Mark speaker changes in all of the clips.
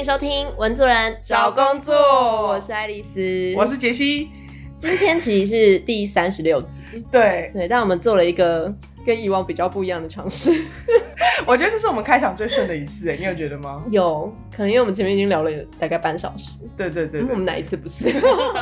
Speaker 1: 迎收听文组人找工作，我是爱丽丝，
Speaker 2: 我是杰西。
Speaker 1: 今天其实是第36集，
Speaker 2: 对，
Speaker 1: 但我们做了一个跟以往比较不一样的尝试。
Speaker 2: 我觉得这是我们开场最顺的一次，你有觉得吗？
Speaker 1: 有可能因为我们前面已经聊了大概半小时。
Speaker 2: 对，
Speaker 1: 我们哪一次不是？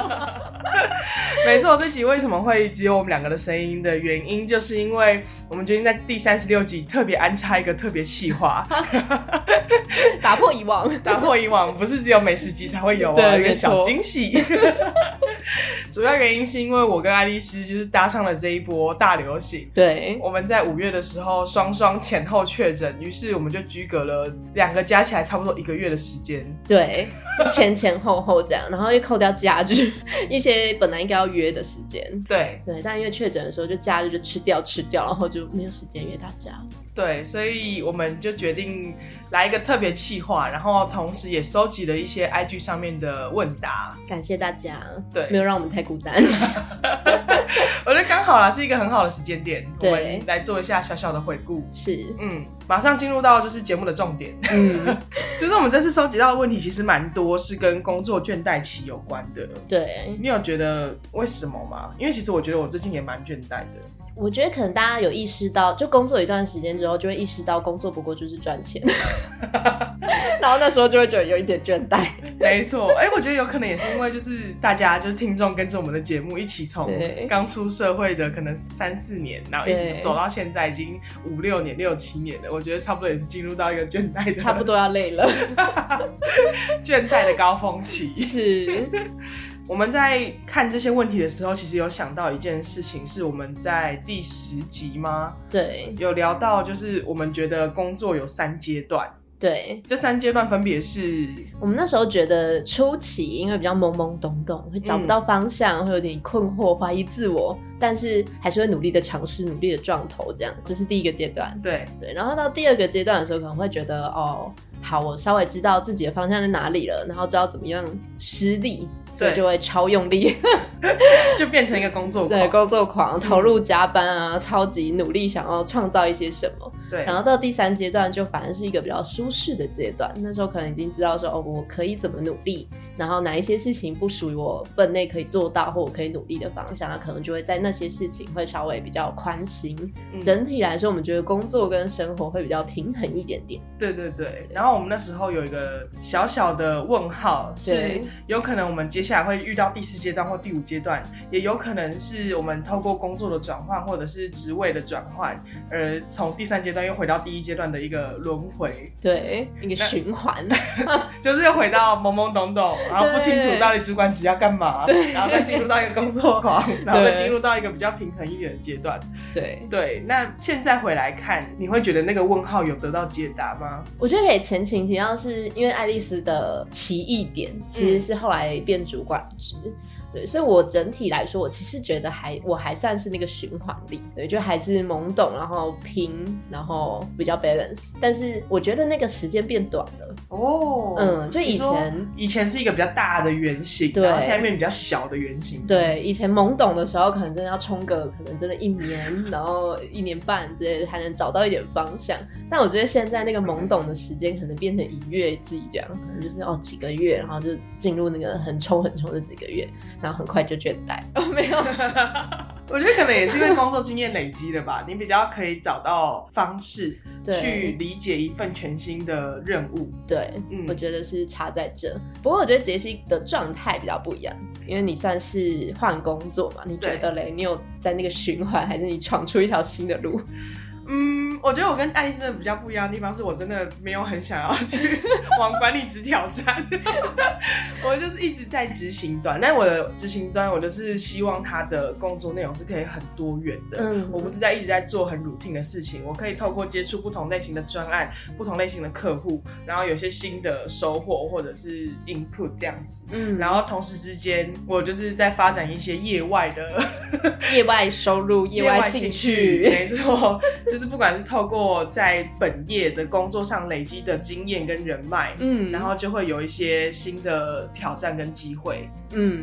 Speaker 2: 没错，这集为什么会只有我们两个的声音的原因，就是因为我们决定在第36集特别安插一个特别企划，
Speaker 1: 打破以往，
Speaker 2: 不是只有美食集才会有一个小惊喜。主要原因是因为我跟爱丽丝就是搭上了这一波大流行，
Speaker 1: 对，
Speaker 2: 我们在5月的时候双前后确诊，于是我们就居隔了2个加起来差不多1个月的时间，
Speaker 1: 对，就前后这样，然后又扣掉假日一些本来应该要约的时间，对，但因为确诊的时候就假日就吃掉，然后就没有时间约大家。
Speaker 2: 对，所以我们就决定来一个特别企划，然后同时也收集了一些 IG 上面的问答，
Speaker 1: 感谢大家，
Speaker 2: 对，
Speaker 1: 没有让我们太孤单。
Speaker 2: 我觉得刚好啦，是一个很好的时间点，
Speaker 1: 对，
Speaker 2: 我们来做一下小小的回顾。
Speaker 1: 是，
Speaker 2: 马上进入到就是节目的重点，就是我们这次收集到的问题其实蛮多是跟工作倦怠期有关的。
Speaker 1: 对，
Speaker 2: 你有觉得为什么吗？因为其实我觉得我最近也蛮倦怠的。
Speaker 1: 我觉得可能大家有意识到，就工作一段时间之后，就会意识到工作不过就是赚钱，然后那时候就会觉得有一点倦怠。
Speaker 2: 没错，我觉得有可能也是因为就是大家就是听众跟着我们的节目一起从刚出社会的可能3-4年，然后一直走到现在已经5-6年、6-7年了，我觉得差不多也是进入到一个倦怠的，
Speaker 1: 差不多要累了，
Speaker 2: 倦怠的高峰期。
Speaker 1: 是。
Speaker 2: 我们在看这些问题的时候，其实有想到一件事情，是我们在第10集吗？
Speaker 1: 对，
Speaker 2: 有聊到，就是我们觉得工作有3阶段。
Speaker 1: 对，
Speaker 2: 这3阶段分别是，
Speaker 1: 我们那时候觉得初期因为比较懵懵懂懂，会找不到方向，会有点困惑、怀疑自我，但是还是会努力的尝试、努力的撞头，这样，这是第一个阶段。
Speaker 2: 对，
Speaker 1: 然后到第2个阶段的时候，可能会觉得好，我稍微知道自己的方向在哪里了，然后知道怎么样施力，所以就会超用力，
Speaker 2: 就变成一个工作狂。
Speaker 1: 对，工作狂，投入加班啊，超级努力，想要创造一些什么。
Speaker 2: 对，
Speaker 1: 然后到第3阶段就反而是一个比较舒适的阶段，那时候可能已经知道说我可以怎么努力，然后哪一些事情不属于我分内可以做到或我可以努力的方向，那可能就会在那些事情会稍微比较宽心。整体来说，我们觉得工作跟生活会比较平衡一点点。
Speaker 2: 对，然后我们那时候有一个小小的问号，是有可能我们接下来会遇到第4阶段或第5阶段，也有可能是我们透过工作的转换或者是职位的转换，而从第3阶段又回到第1阶段的一个轮回，
Speaker 1: 对，一个循环，
Speaker 2: 就是又回到懵懵懂懂，然后不清楚到底主管职要干嘛，然后再进入到一个工作狂，然后再进入到一个比较平衡一点的阶段。对，那现在回来看，你会觉得那个问号有得到解答吗？
Speaker 1: 我觉得可以前情提要，是因为爱丽丝的奇异点其实是后来变主管职。对，所以我整体来说，我其实觉得我还算是那个循环力，对，就还是懵懂，然后拼，然后比较 balance， 但是我觉得那个时间变短了。就以前是一个比较大的圆形，然后现在变比较小的圆形。对，以前懵懂的时候，可能真的要冲个可能真的1年，然后1年半之类的，才能找到一点方向。但我觉得现在那个懵懂的时间，可能变成以月计这样，可能就是几个月，然后就进入那个很冲的几个月。然后很快就倦怠。没有，
Speaker 2: 我觉得可能也是因为工作经验累积的吧，你比较可以找到方式去理解一份全新的任务。对，我觉得是差在这。不过我觉得杰西的状态比较不一样，因为你算是换工作嘛，你觉得嘞？你有在那个循环，还是你闯出一条新的路？ 我觉得我跟爱丽丝比较不一样的地方是我真的没有很想要去往管理职挑战，我就是一直在执行端，但我的执行端我就是希望他的工作内容是可以很多元的，我不是一直在做很 routine 的事情，我可以透过接触不同类型的专案、不同类型的客户，然后有些新的收获或者是 input 这样子，然后同时之间我就是在发展一些业外收入、业外兴趣，没错，就是不管是透过在本业的工作上累积的经验跟人脉，然后就会有一些新的挑战跟机会。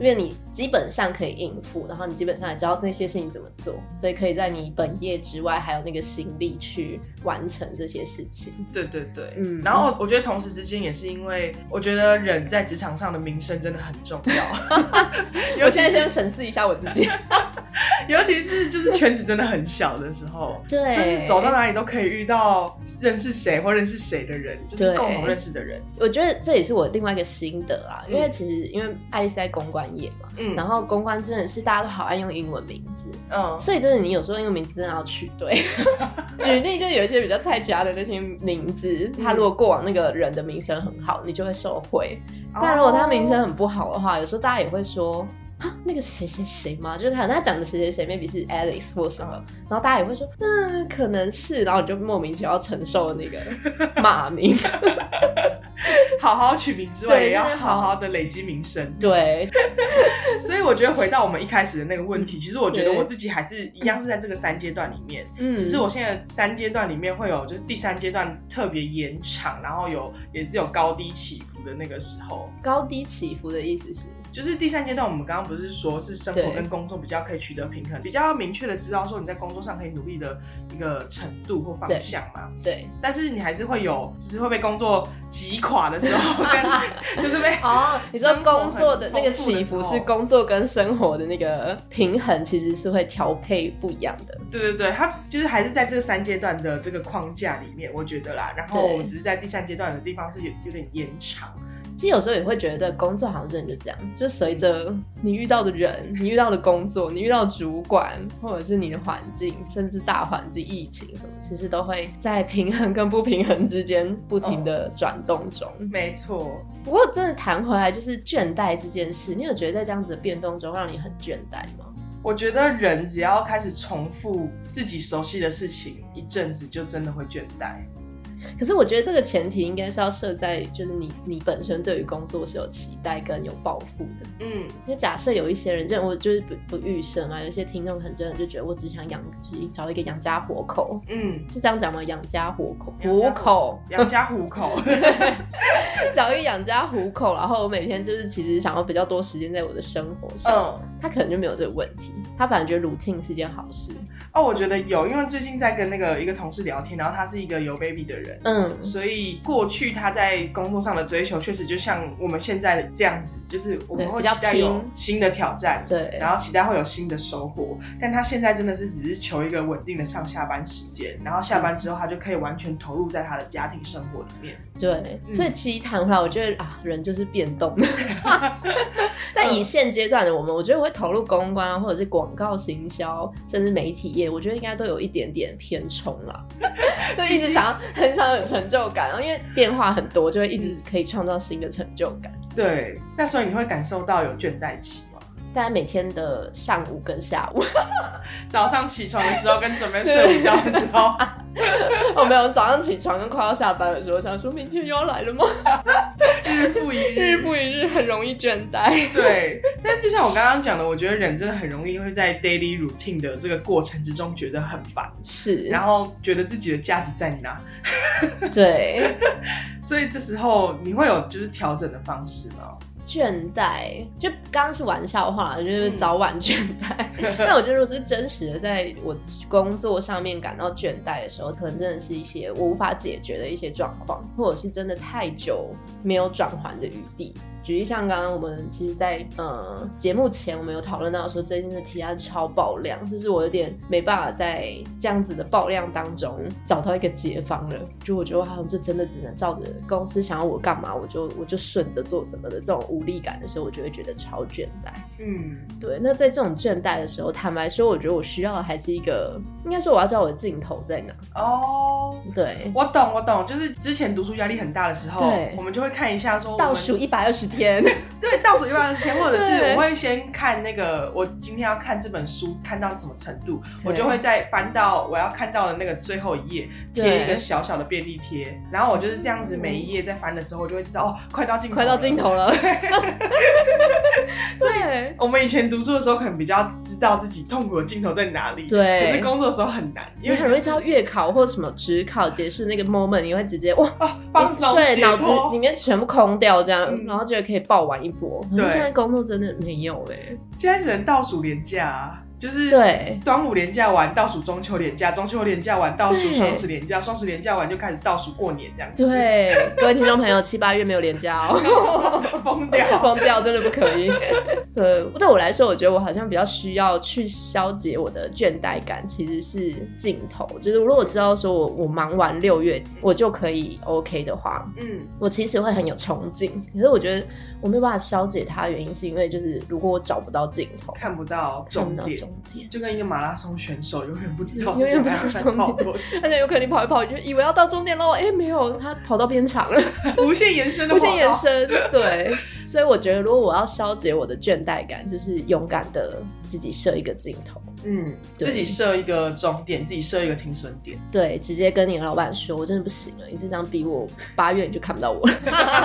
Speaker 1: 因为你基本上可以应付，然后你基本上也知道那些事情怎么做，所以可以在你本业之外还有那个心力去完成这些事情。
Speaker 2: 对对对，然后我觉得同时之间也是因为我觉得人在职场上的名声真的很重要。
Speaker 1: 我现在先审视一下我自己。
Speaker 2: 尤其是就是圈子真的很小的时候，
Speaker 1: 对，
Speaker 2: 就是走到哪里都可以遇到认识谁或认识谁的人，就是共同认识的人。
Speaker 1: 我觉得这也是我另外一个心得啦，因为其实因为爱丽丝在公关业嘛，然后公关真的是大家都好爱用英文名字，所以真的你有时候英文名字真的要取对。举例就有一些比较菜家的那些名字，他如果过往那个人的名声很好，你就会受惠；但如果他名声很不好的话，有时候大家也会说。那个谁谁谁吗？就是他讲的谁谁谁 ，maybe 是 Alex 或什么，然后大家也会说，可能是，然后你就莫名其妙承受了那个骂名。
Speaker 2: 好好取名之外，也要好好的累积名声。
Speaker 1: 对，
Speaker 2: 所以我觉得回到我们一开始的那个问题，其实我觉得我自己还是一样是在这个3阶段里面，只是我现在3阶段里面会有，就是第3阶段特别延长，然后也是有高低起伏的那个时候。
Speaker 1: 高低起伏的意思是？
Speaker 2: 就是第3阶段，我们刚刚不是说是生活跟工作比较可以取得平衡，比较明确的知道说你在工作上可以努力的一个程度或方向嘛。
Speaker 1: 对。
Speaker 2: 但是你还是会有，就是会被工作击垮的时候，跟就是被
Speaker 1: 你说工作的那个起伏是工作跟生活的那个平衡，其实是会调配不一样的。
Speaker 2: 对对对，它就是还是在这个3阶段的这个框架里面，我觉得啦。然后我们只是在第3阶段的地方是有点延长。
Speaker 1: 其实有时候也会觉得工作好像真的就这样，就随着你遇到的人、你遇到的工作、你遇到的主管，或者是你的环境，甚至大环境、疫情什么，其实都会在平衡跟不平衡之间不停的转动中。
Speaker 2: 没错。
Speaker 1: 不过真的谈回来，就是倦怠这件事，你有觉得在这样子的变动中让你很倦怠吗？
Speaker 2: 我觉得人只要开始重复自己熟悉的事情一阵子，就真的会倦怠。
Speaker 1: 可是我觉得这个前提应该是要设在，就是你本身对于工作是有期待跟有抱负的。因为假设有一些人，我就是不预设嘛，有一些听众可能真的就觉得我只想就是找一个养家活口。是这样讲吗？养家活口，
Speaker 2: 养家糊口。
Speaker 1: 找一个养家糊口，然后我每天就是其实想要比较多时间在我的生活上。他可能就没有这个问题，他反而觉得 routine 是一件好事。
Speaker 2: 我觉得有，因为最近在跟一个同事聊天，然后他是一个有 baby 的人，所以过去他在工作上的追求确实就像我们现在这样子，就是我们会期待有新的挑战，对，然后期待会有新的收获，但他现在真的是只是求一个稳定的上下班时间，然后下班之后他就可以完全投入在他的家庭生活里面。对，
Speaker 1: 所以其实谈回来，我觉得人就是变动的。但以现阶段的我觉得我会投入公关或者是广告行销，甚至媒体业，我觉得应该都有一点点偏冲啦。就一直很想有成就感，然后因为变化很多，就会一直可以创造新的成就感。
Speaker 2: 对，那所以你会感受到有倦怠期吗？
Speaker 1: 大概每天的上午跟下午。
Speaker 2: 早上起床的时候跟准备睡午觉的时候。
Speaker 1: 没有，早上起床跟快要下班的时候想说明天又要来了吗？
Speaker 2: 日复一日
Speaker 1: 很容易倦怠。
Speaker 2: 对，但就像我刚刚讲的，我觉得人真的很容易会在 daily routine 的这个过程之中觉得很烦，是，然后觉得自己的价值在哪。对，所以这时候你会有就是调整的方式吗？
Speaker 1: 倦怠就刚刚是玩笑话，就是早晚倦怠。但我觉得如果是真实的在我工作上面感到倦怠的时候，可能真的是一些我无法解决的一些状况，或者是真的太久没有转圜的余地。举例像刚刚我们其实在节目前我们有讨论到说最近的提案超爆量，就是我有点没办法在这样子的爆量当中找到一个解方了，就我觉得我好像就真的只能照着公司想要我干嘛我就顺着做什么的这种无力感的时候，我就会觉得超倦怠。对，那在这种倦怠的时候，坦白说我觉得我需要的还是一个，应该说我要知道我的尽头在哪。对，
Speaker 2: 我懂，就是之前读书压力很大的时候，我们就会看一下说
Speaker 1: 倒数120天。
Speaker 2: 对，倒数120天，或者是我会先看那个我今天要看这本书看到什么程度，我就会再翻到我要看到的那个最后一页，贴一个小小的便利贴，然后我就是这样子每一页在翻的时候，我就会知道快到尽头了。所以我们以前读书的时候可能比较知道自己痛苦的尽头在哪里，对，可是工作的时候很难，因为
Speaker 1: 很容易知道月考或什么指考结束那个 moment， 你会直接
Speaker 2: 放松，
Speaker 1: 对，脑子里面全部空掉这样，然后觉得可以爆完一波。 过，可是现在工作真的没有
Speaker 2: 现在只能倒数连假啊，就是
Speaker 1: 对
Speaker 2: 端午连假完倒数中秋连假，中秋连假完倒数双十连假，双十连假完就开始倒数过年这样子。
Speaker 1: 对，各位听众朋友，7、8月没有连假
Speaker 2: 疯掉，
Speaker 1: 疯掉，真的不可以。对我来说，我觉得我好像比较需要去消解我的倦怠感，其实是镜头。就是如果我知道说我忙完6月我就可以 OK 的话，我其实会很有冲劲。可是我觉得我没有办法消解它的原因，是因为就是如果我找不到镜头，
Speaker 2: 看不到终点，就跟一个马拉松选手永远不知道终点，
Speaker 1: 而且有可能你跑一跑就以为要到终点咯，没有，他跑到边场了，
Speaker 2: 无限延伸的
Speaker 1: 无限延伸。对，所以我觉得如果我要消解我的倦怠感，就是勇敢的自己设一个镜头，
Speaker 2: 自己设一个终点，自己设一个停损点，
Speaker 1: 对，直接跟你的老板说，我真的不行了，你这样逼我8月你就看不到我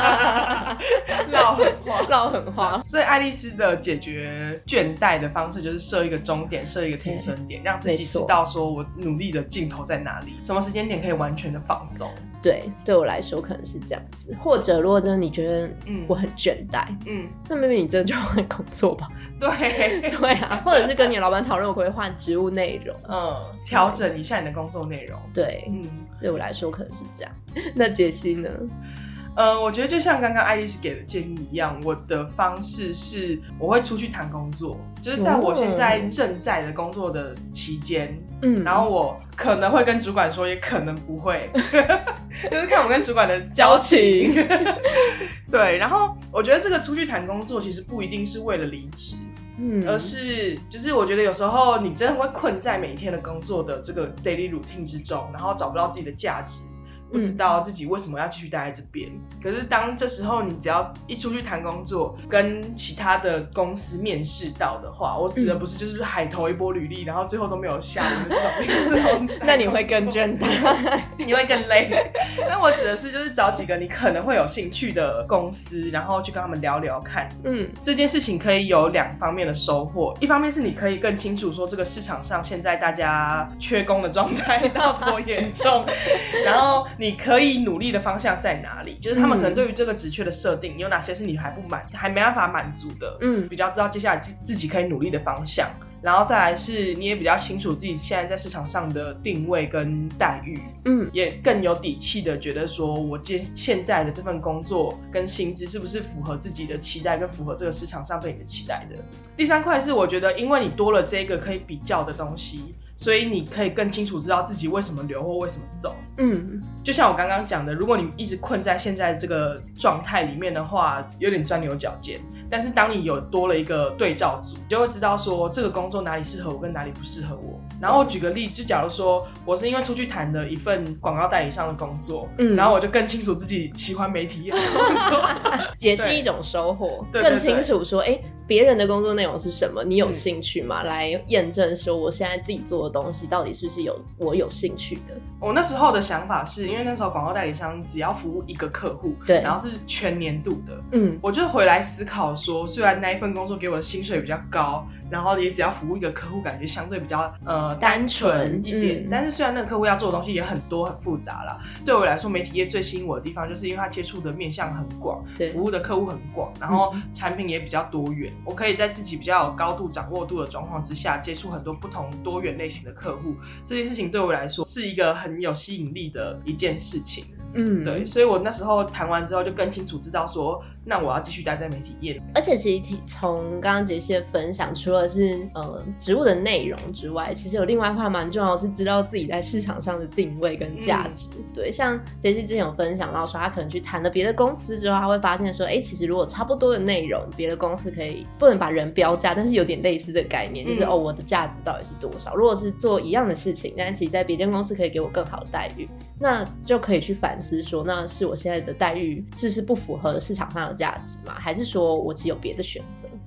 Speaker 1: 唠狠话。
Speaker 2: 所以爱丽丝的解决倦怠的方式就是设一个终点，设一个停损点，让自己知道说我努力的尽头在哪里，什么时间点可以完全的放松。
Speaker 1: 对我来说可能是这样子。或者如果真的你觉得我很倦怠，那maybe你真的就换工作吧。对啊，或者是跟你的老板讨论，我可不可以换职务内容，
Speaker 2: 调整一下你的工作内容。
Speaker 1: 对，对我来说可能是这样。那杰西呢？
Speaker 2: 我觉得就像刚刚爱丽丝给的建议一样，我的方式是我会出去谈工作，就是在我现在正在的工作的期间，然后我可能会跟主管说，也可能不会，就是看我跟主管的交情。对，然后我觉得这个出去谈工作其实不一定是为了离职。而是就是我觉得有时候你真的会困在每一天的工作的这个 daily routine 之中，然后找不到自己的价值，不知道自己为什么要继续待在这边。可是当这时候你只要一出去谈工作，跟其他的公司面试到的话，我指的不是就是海投一波履历，然后最后都没有下文的这种
Speaker 1: 那你会更倦怠
Speaker 2: 你会更累。那我指的是就是找几个你可能会有兴趣的公司，然后去跟他们聊聊看。这件事情可以有2方面的收获，一方面是你可以更清楚说这个市场上现在大家缺工的状态到多严重，然后你可以努力的方向在哪里，就是他们可能对于这个职缺的设定有哪些是你还没办法满足的，比较知道接下来自己可以努力的方向。然后再来是你也比较清楚自己现在在市场上的定位跟待遇，也更有底气的觉得说我现在的这份工作跟薪资是不是符合自己的期待跟符合这个市场上对你的期待的。第3块是我觉得因为你多了这个可以比较的东西，所以你可以更清楚知道自己为什么留或为什么走。就像我刚刚讲的，如果你一直困在现在这个状态里面的话，有点钻牛角尖。但是当你有多了一个对照组，你就会知道说这个工作哪里适合我跟哪里不适合我。然后我举个例，就假如说我是因为出去谈的一份广告代理商的工作，然后我就更清楚自己喜欢媒体业的工作
Speaker 1: 也是一种收获。更清楚说别人的工作内容是什么，你有兴趣吗？来验证说我现在自己做的东西到底是不是我有兴趣的。
Speaker 2: 我那时候的想法是因为那时候广告代理商只要服务一个客户，
Speaker 1: 对，
Speaker 2: 然后是全年度的，我就回来思考说，虽然那一份工作给我的薪水比较高，然后也只要服务一个客户，感觉相对比较单纯一点，但是虽然那个客户要做的东西也很多很复杂啦，对我来说媒体业最吸引我的地方就是因为它接触的面向很广，服务的客户很广，然后产品也比较多元，我可以在自己比较有高度掌握度的状况之下接触很多不同多元类型的客户，这件事情对我来说是一个很有吸引力的一件事情。对，所以我那时候谈完之后就更清楚知道说，那我要继续待在媒体业。
Speaker 1: 而且其实从刚刚杰西的分享，除了是职务的内容之外，其实有另外一块蛮重要的是知道自己在市场上的定位跟价值。对，像杰西之前有分享到说，他可能去谈了别的公司之后，他会发现说，其实如果差不多的内容，别的公司可以不能把人标价，但是有点类似的概念，就是我的价值到底是多少？如果是做一样的事情，但是其实在别间公司可以给我更好的待遇，那就可以去反思说，那是我现在的待遇是不符合市场上的价值吗？还是说我只有别的选择？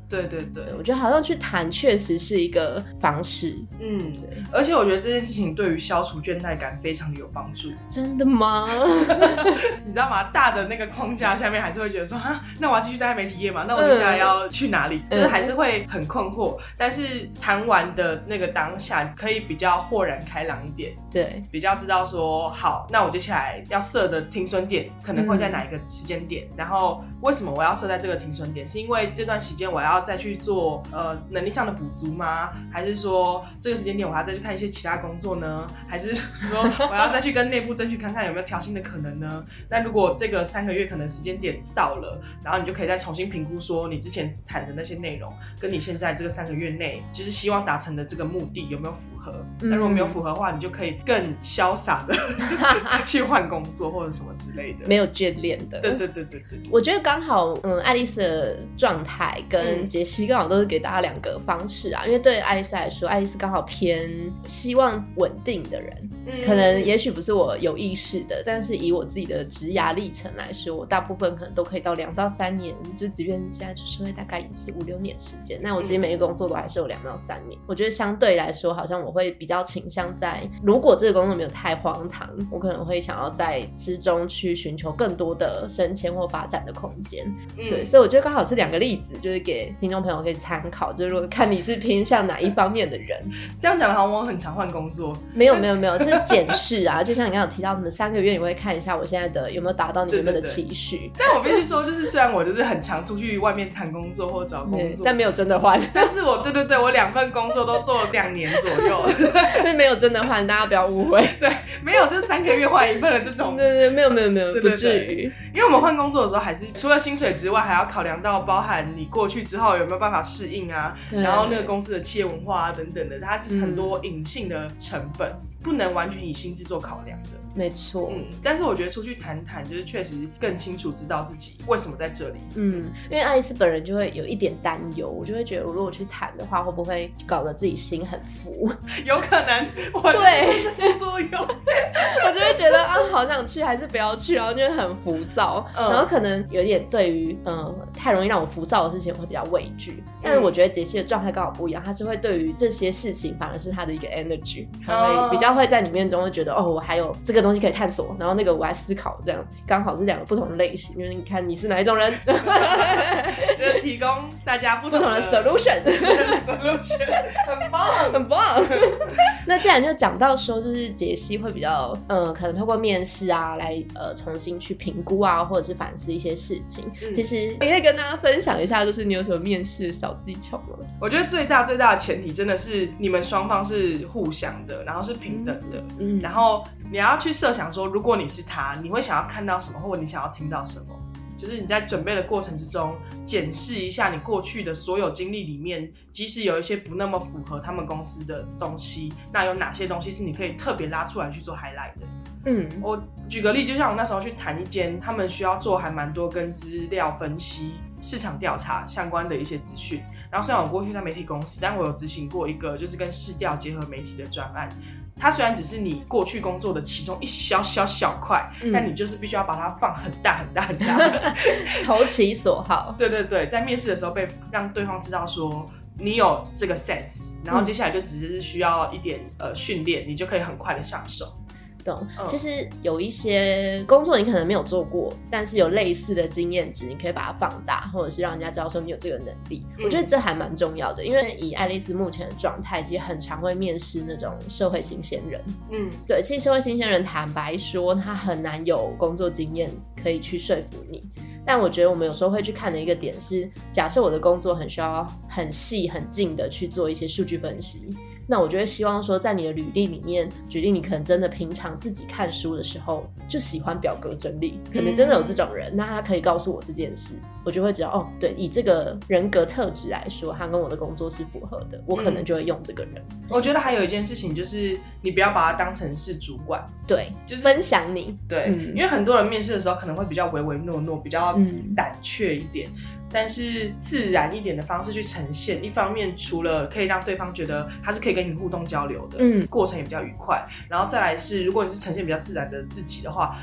Speaker 2: 对对对，
Speaker 1: 我觉得好像去谈确实是一个方式。
Speaker 2: 对，而且我觉得这件事情对于消除倦怠感非常的有帮助。
Speaker 1: 真的吗？
Speaker 2: 你知道吗？大的那个框架下面还是会觉得说，那我要继续待在媒体业嘛？那我接下来要去哪里？就是还是会很困惑。但是谈完的那个当下，可以比较豁然开朗一点。
Speaker 1: 对，
Speaker 2: 比较知道说，好，那我接下来要设的停损点可能会在哪一个时间点？然后为什么我要设在这个停损点？是因为这段时间我要再去做能力上的补足吗？还是说这个时间点我还要再去看一些其他工作呢？还是说我要再去跟内部争取看看有没有调薪的可能呢？那如果这个3个月可能时间点到了，然后你就可以再重新评估说你之前谈的那些内容跟你现在这个3个月内就是希望达成的这个目的有没有符合？那如果没有符合的话，你就可以更潇洒的去换工作或者什么之类的，
Speaker 1: 没有眷恋的。
Speaker 2: 对对对对对，
Speaker 1: 我觉得刚好，爱丽丝的状态跟杰西刚好都是给大家2个方式啊。因为对爱丽丝来说，爱丽丝刚好偏希望稳定的人，可能也许不是我有意识的，但是以我自己的职涯历程来说，我大部分可能都可以到2到3年，就即便现在出社会大概也是5-6年时间，那我其实每个工作都还是有2到3年。我觉得相对来说，好像我会比较倾向在，如果这个工作没有太荒唐，我可能会想要在之中去寻求更多的升迁或发展的空间。对，所以我觉得刚好是2个例子，就是给听众朋友可以参考，就是如果看你是偏向哪一方面的人。
Speaker 2: 这样讲的好像我很常换工作，
Speaker 1: 没有，是检视啊。就像你刚刚有提到，什么3个月你会看一下我现在的有没有达到你原本的期许。对对对，
Speaker 2: 但我必须说，就是虽然我就是很常出去外面谈工作或找工作，
Speaker 1: 但没有真的换。
Speaker 2: 但是我对我2份工作都做了2年左右，
Speaker 1: 但没有真的换，大家不要误会。
Speaker 2: 对，没有就是3个月换1份的这种。
Speaker 1: 对，没有，不至于。
Speaker 2: 因为我们换工作的时候，还是除了薪水之外，还要考量到包含你过去之后有没有办法适应啊，然后那个公司的企业文化啊等等的，它其实很多隐性的成本，不能完全以薪资做考量的。
Speaker 1: 没错，
Speaker 2: 但是我觉得出去谈谈，就是确实更清楚知道自己为什么在这里。
Speaker 1: 因为爱丽丝本人就会有一点担忧，我就会觉得，我如果去谈的话，会不会搞得自己心很浮？
Speaker 2: 有可能，
Speaker 1: 对，
Speaker 2: 这是副作用。
Speaker 1: 我就会觉得好想去，还是不要去，然后就会很浮躁，然后可能有点对于太容易让我浮躁的事情，我会比较畏惧。但是我觉得杰西的状态刚好不一样，他是会对于这些事情反而是他的一个 energy， 他会比较会在里面中会觉得我还有这个东西可以探索，然后那个我还思考，这样刚好是2个不同的类型。因为你看你是哪一种人，
Speaker 2: 就是提供大家不同的
Speaker 1: solution，
Speaker 2: 很棒，
Speaker 1: 很棒。那既然就讲到说，就是杰西会比较可能透过面试啊来重新去评估啊，或者是反思一些事情。其实你可以跟大家分享一下，就是你有什么面试的小技巧吗？
Speaker 2: 我觉得最大的前提真的是你们双方是互相的，然后是平等的，然后你要去设想说，如果你是他，你会想要看到什么，或者你想要听到什么。就是你在准备的过程之中，检视一下你过去的所有经历里面，即使有一些不那么符合他们公司的东西，那有哪些东西是你可以特别拉出来去做 highlight 的。我举个例，就像我那时候去谈一间，他们需要做还蛮多跟资料分析、市场调查相关的一些资讯。然后虽然我过去在媒体公司，但我有执行过一个就是跟市调结合媒体的专案。它虽然只是你过去工作的其中一小块，但你就是必须要把它放很大，
Speaker 1: 投其所好。
Speaker 2: 对，在面试的时候让对方知道说你有这个 sense， 然后接下来就只是需要一点训练，你就可以很快的上手。
Speaker 1: 懂，其实有一些工作你可能没有做过，但是有类似的经验值，你可以把它放大，或者是让人家知道说你有这个能力。我觉得这还蛮重要的，因为以爱丽丝目前的状态，其实很常会面试那种社会新鲜人。对，其实社会新鲜人坦白说，他很难有工作经验可以去说服你。但我觉得我们有时候会去看的一个点是，假设我的工作很需要很细很近的去做一些数据分析，那我就会希望说，在你的履历里面，举例你可能真的平常自己看书的时候就喜欢表格整理，可能真的有这种人，那他可以告诉我这件事，我就会知道对，以这个人格特质来说，他跟我的工作是符合的，我可能就会用这个人。
Speaker 2: 我觉得还有一件事情就是，你不要把他当成是主管，
Speaker 1: 对，就是分享你。
Speaker 2: 对，因为很多人面试的时候可能会比较唯唯诺诺，比较胆怯一点。但是自然一点的方式去呈现，一方面除了可以让对方觉得他是可以跟你互动交流的，过程也比较愉快，然后再来是如果你是呈现比较自然的自己的话，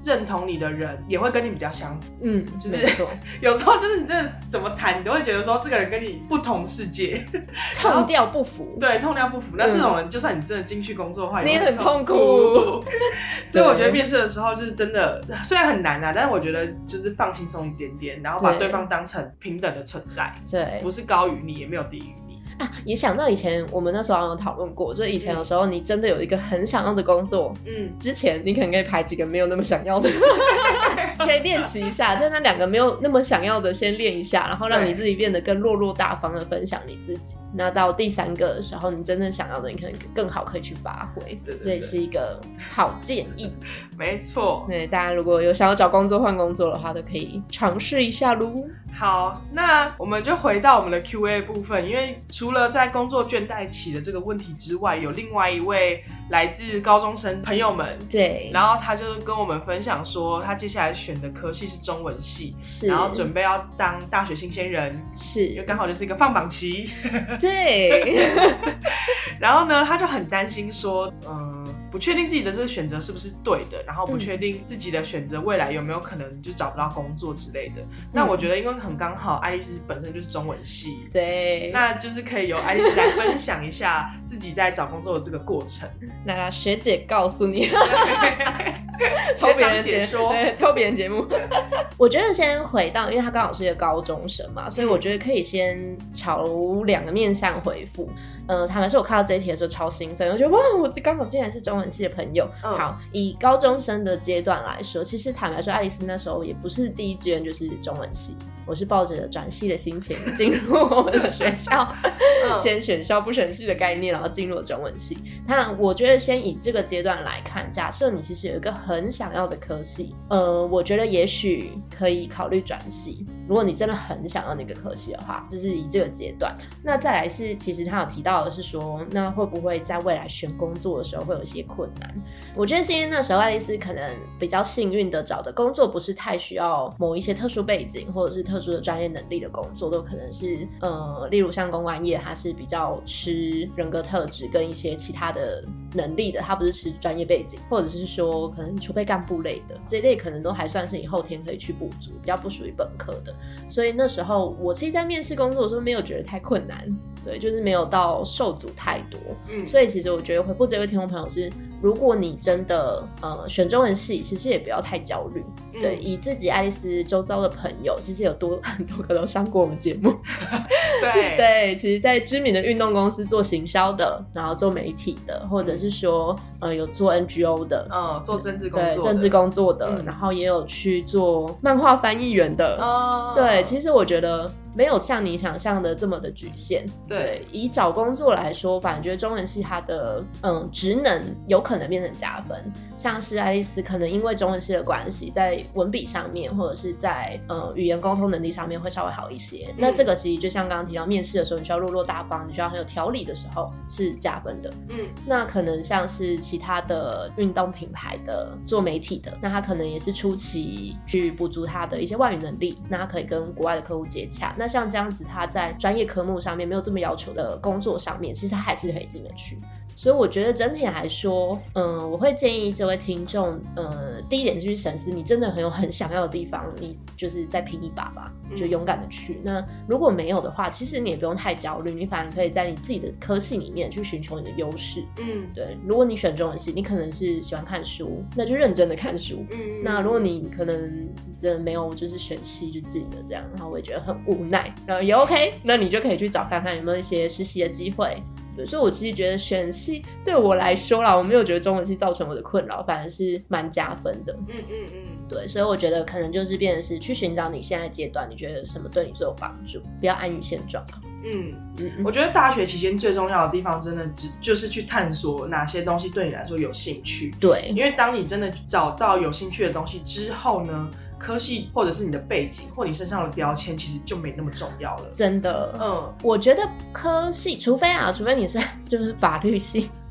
Speaker 2: 认同你的人也会跟你比较相符。
Speaker 1: 就是
Speaker 2: 有时候就是你真的怎么谈，你都会觉得说这个人跟你不同世界，
Speaker 1: 痛调不符。
Speaker 2: 对，痛调不符。那这种人，就算你真的进去工作的话，
Speaker 1: 你也很痛苦。
Speaker 2: 所以我觉得面试的时候就是真的，虽然很难啊，但是我觉得就是放轻松一点点，然后把对方当成平等的存在，对，不是高于你，也没有低于你。
Speaker 1: 也想到以前我们那时候有讨论过，就以前有时候你真的有一个很想要的工作，之前你可能可以排几个没有那么想要的，可以练习一下，但那2个没有那么想要的先练一下，然后让你自己变得更落落大方的分享你自己。那到第3个的时候，你真正想要的，你可能更好可以去发挥。这也是一个好建议。没错，对，大家如果有想要找工作换工作的话，都可以尝试一下咯。
Speaker 2: 好，那我们就回到我们的 Q&A 部分，因为除了在工作倦怠期的这个问题之外，有另外一位来自高中生朋友们，对，然后他就跟我们分享说，他接下来选的科系是中文系，然后准备要当大学新鲜人，因为刚好就是一个放榜期，对，然后呢，他就很担心说，不确定自己的这个选择是不是对的，然后不确定自己的选择未来有没有可能就找不到工作之类的。那我觉得因为很刚好爱丽丝本身就是中文系，对，那就是可以由爱丽丝来分享一下自己在找工作的这个过程。
Speaker 1: 那学姐告诉你偷别人解说，对，偷别人节目。我觉得先回到，因为他刚好是一个高中生嘛，所以我觉得可以先朝2个面向回复。坦白说，我看到这一题的时候超兴奋，我觉得哇，我刚好竟然是中文系的朋友。好，以高中生的阶段来说，其实坦白说，爱丽丝那时候也不是第一志愿就是中文系，我是抱着转系的心情进入我们的学校，先选校不选系的概念，然后进入了中文系。那我觉得先以这个阶段来看，假设你其实有一个很想要的科系，我觉得也许可以考虑转系。如果你真的很想要那个科系的话，就是以这个阶段。那再来是，其实他有提到的是说，那会不会在未来选工作的时候会有一些困难？我觉得是因为那时候爱丽丝可能比较幸运的找的工作不是太需要某一些特殊背景或者是特殊的专业能力的工作，都可能是例如像公关业，它是比较吃人格特质跟一些其他的能力的，它不是吃专业背景，或者是说可能储备干部类的这一类，可能都还算是你后天可以去补足，比较不属于本科的。所以那时候我其实在面试工作的时候没有觉得太困难，对，就是没有到受阻太多。所以其实我觉得回复这位听众朋友是，如果你真的选中文系，其实也不要太焦虑。对，以自己爱丽丝周遭的朋友，其实有很多个都上过我们节目。对，其实在知名的运动公司做行销的，然后做媒体的，或者是说有做 NGO 的，
Speaker 2: 做政治工作的，
Speaker 1: 对，政治工作的，然后也有去做漫画翻译员的。对，其实我觉得没有像你想象的这么的局限。对，以找工作来说，反正觉得中文系它的职能有可能变成加分。像是爱丽丝可能因为中文系的关系，在文笔上面或者是在语言沟通能力上面会稍微好一些。那这个其实就像刚刚提到面试的时候，你需要落落大方，你需要很有条理的时候是加分的。那可能像是其他的运动品牌的做媒体的，那他可能也是初期去补足他的一些外语能力，那他可以跟国外的客户接洽。那像这样子，他在专业科目上面没有这么要求的工作上面，其实他还是可以进得去。所以我觉得整体来说，我会建议这位听众，第一点就是审视你真的很想要的地方，你就是再拼一把吧，就勇敢的去。那如果没有的话，其实你也不用太焦虑，你反而可以在你自己的科系里面去寻求你的优势。对。如果你选中文系，你可能是喜欢看书，那就认真的看书。那如果你可能真的没有就是选系就进了这样，然后我也觉得很无奈，也 OK， 那你就可以去找看看有没有一些实习的机会。所以我其实觉得选系对我来说啦，我没有觉得中文系造成我的困扰，反而是蛮加分的。对，所以我觉得可能就是变成是去寻找你现在阶段你觉得什么对你最有帮助，不要安于现状。
Speaker 2: 我觉得大学期间最重要的地方真的就是去探索哪些东西对你来说有兴趣。对，因为当你真的找到有兴趣的东西之后呢，科系或者是你的背景或你身上的标签其实就没那么重要了。真的。我觉得科系除非你是就是法律系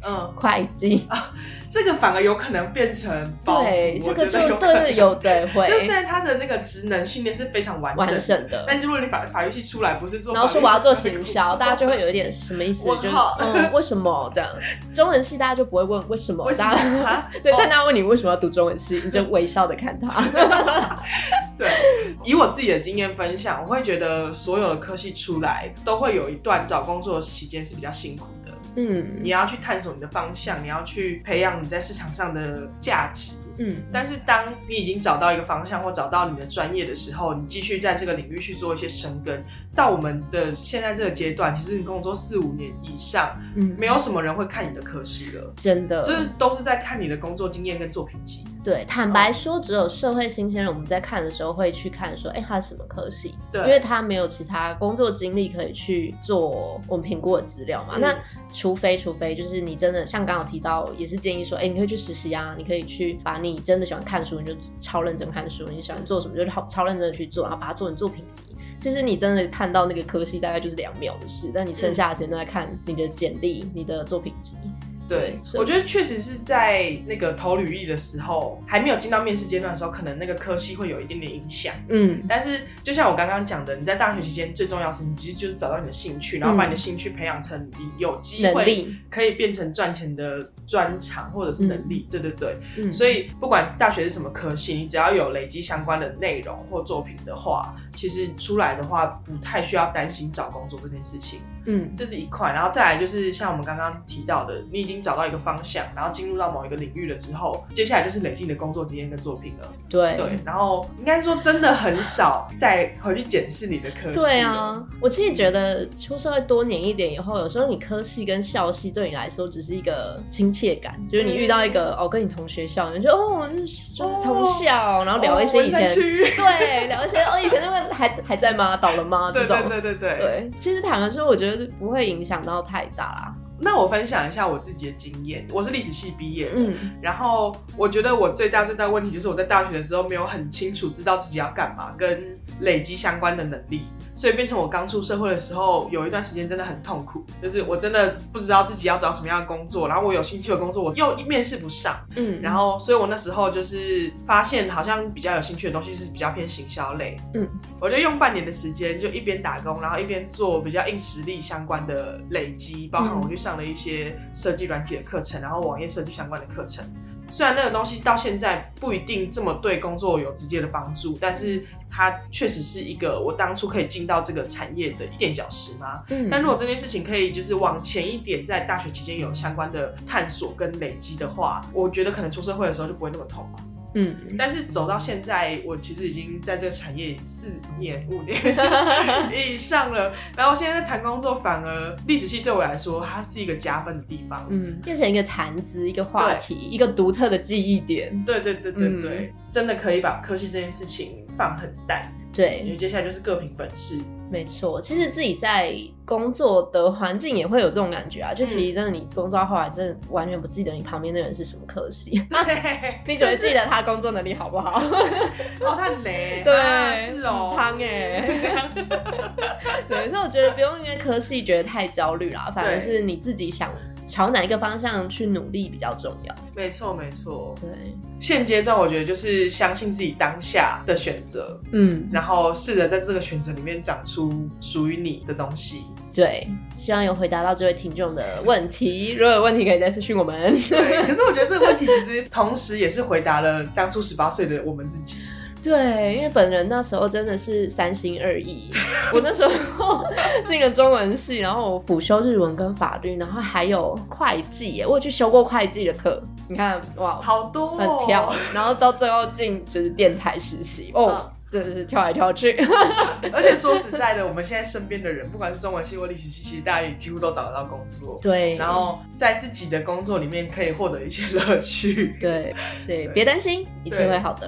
Speaker 1: 会计。
Speaker 2: 这个反而有可能变成包袱，
Speaker 1: 对，这个就对会。
Speaker 2: 就虽然他的那个职能训练是非常完整的，但如果你法律系出来不是做，
Speaker 1: 然后说我要做行销，大家就会有一点什么意思？就是为什么这样？中文系大家就不会问为什么，大家对，但大家问你为什么要读中文系，你就微笑的看他。
Speaker 2: 对，以我自己的经验分享，我会觉得所有的科系出来都会有一段找工作的期间是比较辛苦的。你要去探索你的方向，你要去培养你在市场上的价值。但是当你已经找到一个方向或找到你的专业的时候，你继续在这个领域去做一些深耕。到我们的现在这个阶段，其实你工作4-5年以上，没有什么人会看你的科系了，真的，这都是在看你的工作经验跟作品集。
Speaker 1: 对，坦白说，只有社会新鲜人我们在看的时候会去看说，他是什么科系？对，因为他没有其他工作经历可以去做我们评估的资料嘛。那除非就是你真的像刚刚有提到，也是建议说，你可以去实习啊，你可以去把你真的喜欢看书，你就超认真看书；你喜欢做什么就超认真的去做，然后把它做成作品集。其实你真的看到那个科系大概就是2秒的事，但你剩下的时间都在看你的简历、你的作品集。
Speaker 2: 对，我觉得确实是在那个投履历的时候，还没有进到面试阶段的时候，可能那个科系会有一点点影响。但是就像我刚刚讲的，你在大学期间最重要的是，你其实就是找到你的兴趣，然后把你的兴趣培养成你有机会可以变成赚钱的专长或者是能力。对，所以不管大学是什么科系，你只要有累积相关的内容或作品的话，其实出来的话不太需要担心找工作这件事情。这是一块，然后再来就是像我们刚刚提到的，你已经找到一个方向，然后进入到某一个领域了之后，接下来就是累积你的工作经验跟作品了。对，然后应该说真的很少再回去检视你的科系。
Speaker 1: 对啊，我其实觉得出社会多年一点以后，有时候你科系跟校系对你来说只是一个亲切感，就是你遇到一个跟你同学校，你就我们是同校，然后聊一些以前对，聊一些以前那个还在吗？倒了吗？这种对，其实坦白说，我觉得不会影响到太大啦。
Speaker 2: 那我分享一下我自己的经验，我是历史系毕业的，然后我觉得我最大的问题就是我在大学的时候没有很清楚知道自己要干嘛，跟累积相关的能力，所以变成我刚出社会的时候，有一段时间真的很痛苦，就是我真的不知道自己要找什么样的工作，然后我有兴趣的工作我又面试不上，然后所以我那时候就是发现好像比较有兴趣的东西是比较偏行销类，我就用半年的时间就一边打工，然后一边做比较硬实力相关的累积，包含我去上了一些设计软体的课程，然后网页设计相关的课程。虽然那个东西到现在不一定这么对工作有直接的帮助，但是它确实是一个我当初可以进到这个产业的一垫脚石嘛。但如果这件事情可以就是往前一点，在大学期间有相关的探索跟累积的话，我觉得可能出社会的时候就不会那么痛苦。但是走到现在，我其实已经在这个产业4年5年以上了，然后现在在谈工作，反而历史系对我来说，它是一个加分的地方，
Speaker 1: 变成一个谈资，一个话题，一个独特的记忆点。
Speaker 2: 对，真的可以把科系这件事情放很淡。对，因为接下来就是各凭本事。
Speaker 1: 没错，其实自己在工作的环境也会有这种感觉啊，就其实真的你工作到后来真的完全不记得你旁边的人是什么科系，你只会记得他工作能力好不好。
Speaker 2: 他很雷，
Speaker 1: 对，
Speaker 2: 是哦，
Speaker 1: 汤对，所以我觉得不用因为科系觉得太焦虑啦，反而是你自己想朝哪一个方向去努力比较重要。
Speaker 2: 没错，对，现阶段我觉得就是相信自己当下的选择，然后试着在这个选择里面长出属于你的东西。
Speaker 1: 对，希望有回答到这位听众的问题，如果有问题可以再私讯我们。
Speaker 2: 对，可是我觉得这个问题其实同时也是回答了当初18岁的我们自己。
Speaker 1: 对，因为本人那时候真的是3心2意，我那时候进了中文系，然后我辅修日文跟法律，然后还有会计耶，我有去修过会计的课，你看哇，
Speaker 2: 好多
Speaker 1: 很跳，然后到最后进就是电台实习真的是跳来跳去。
Speaker 2: 而且说实在的，我们现在身边的人，不管是中文系或历史系，其实大家也几乎都找得到工作。对，然后在自己的工作里面可以获得一些乐趣。
Speaker 1: 对，所以别担心，一切会好的。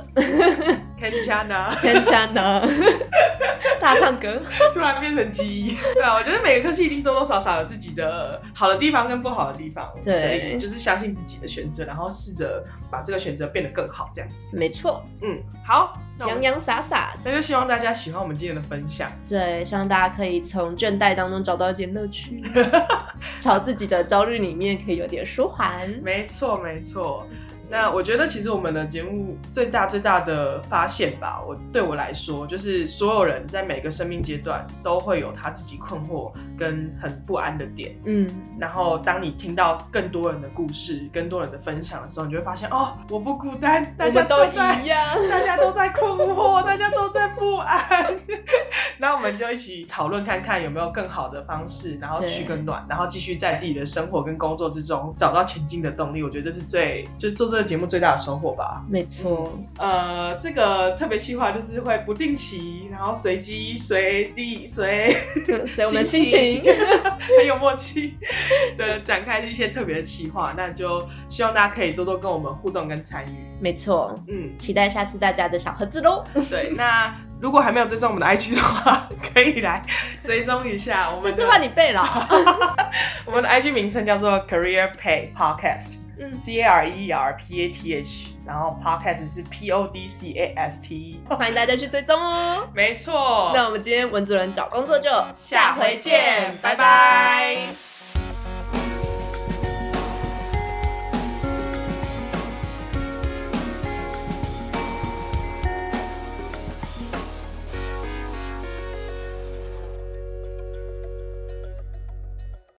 Speaker 2: Kencana
Speaker 1: 大唱歌，
Speaker 2: 突然变成记忆。对啊，我觉得每个科系一定多多少少有自己的好的地方跟不好的地方，所以就是相信自己的选择，然后试着把这个选择变得更好，这样子。
Speaker 1: 没错。
Speaker 2: 好。
Speaker 1: 洋洋洒洒。
Speaker 2: 那就希望大家喜欢我们今天的分享。
Speaker 1: 对，希望大家可以从倦怠当中找到一点乐趣，朝自己的焦虑里面可以有点舒缓。
Speaker 2: 没错没错。那我觉得其实我们的节目最大的发现吧，对我来说，就是所有人在每个生命阶段都会有他自己困惑跟很不安的点。然后当你听到更多人的故事、更多人的分享的时候，你就会发现哦，我不孤单，大家都一样，大家都在困惑，大家都在不安。那我们就一起讨论看看有没有更好的方式，然后取个暖，然后继续在自己的生活跟工作之中找到前进的动力。我觉得这是就是做这个节目最大的收获吧。
Speaker 1: 没错。
Speaker 2: 这个特别企划就是会不定期，然后随机随地随
Speaker 1: 我们心情
Speaker 2: 很有默契的展开一些特别的企划，那就希望大家可以多多跟我们互动跟参与。
Speaker 1: 没错。期待下次大家的小盒子咯。
Speaker 2: 对，那如果还没有追踪我们的 IG 的话，可以来追踪一下我们的。
Speaker 1: 这次换你背了。
Speaker 2: 我们的 IG 名称叫做 Career Pay Podcast。CARERPATH， 然后 Podcast 是 PODCAST，
Speaker 1: 欢迎大家去追踪哦。
Speaker 2: 没错。
Speaker 1: 那我们今天文主人找工作就
Speaker 2: 下回见，拜拜。